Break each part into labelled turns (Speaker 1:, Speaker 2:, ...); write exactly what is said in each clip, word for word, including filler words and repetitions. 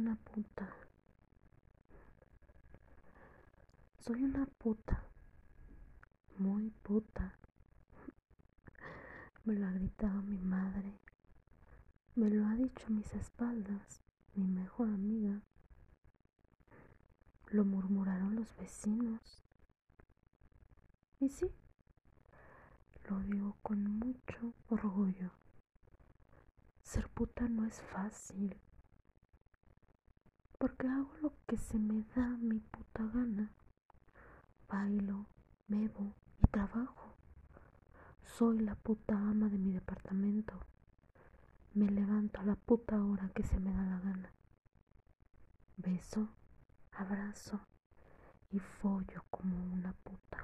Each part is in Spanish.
Speaker 1: una puta. Soy una puta. Muy puta. Me lo ha gritado mi madre. Me lo ha dicho a mis espaldas mi mejor amiga. Lo murmuraron los vecinos. Y sí, lo digo con mucho orgullo. Ser puta no es fácil. Porque hago lo que se me da mi puta gana. Bailo, bebo y trabajo. Soy la puta ama de mi departamento. Me levanto a la puta hora que se me da la gana. Beso, abrazo y follo como una puta.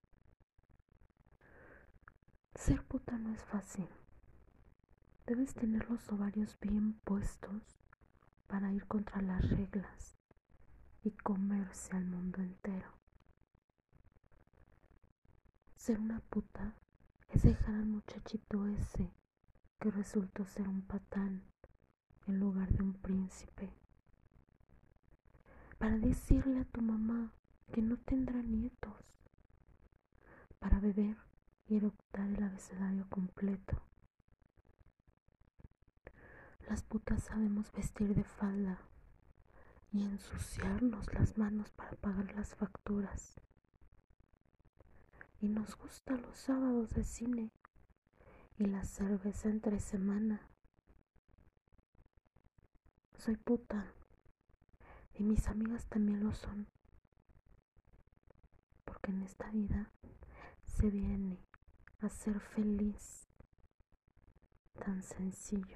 Speaker 1: Ser puta no es fácil. Debes tener los ovarios bien puestos para ir contra las reglas y comerse al mundo entero. Ser una puta es dejar al muchachito ese que resultó ser un patán en lugar de un príncipe, para decirle a tu mamá que no tendrá nietos, para beber y eructar el abecedario completo. Las putas sabemos vestir de falda y ensuciarnos las manos para pagar las facturas. Y nos gustan los sábados de cine y la cerveza entre semana. Soy puta y mis amigas también lo son, porque en esta vida se viene a ser feliz, tan sencillo.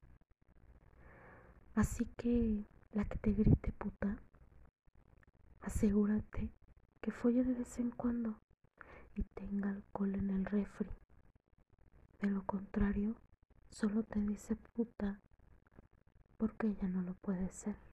Speaker 1: Así que la que te grite puta, asegúrate que folle de vez en cuando y tenga alcohol en el refri. De lo contrario, solo te dice puta porque ella no lo puede ser.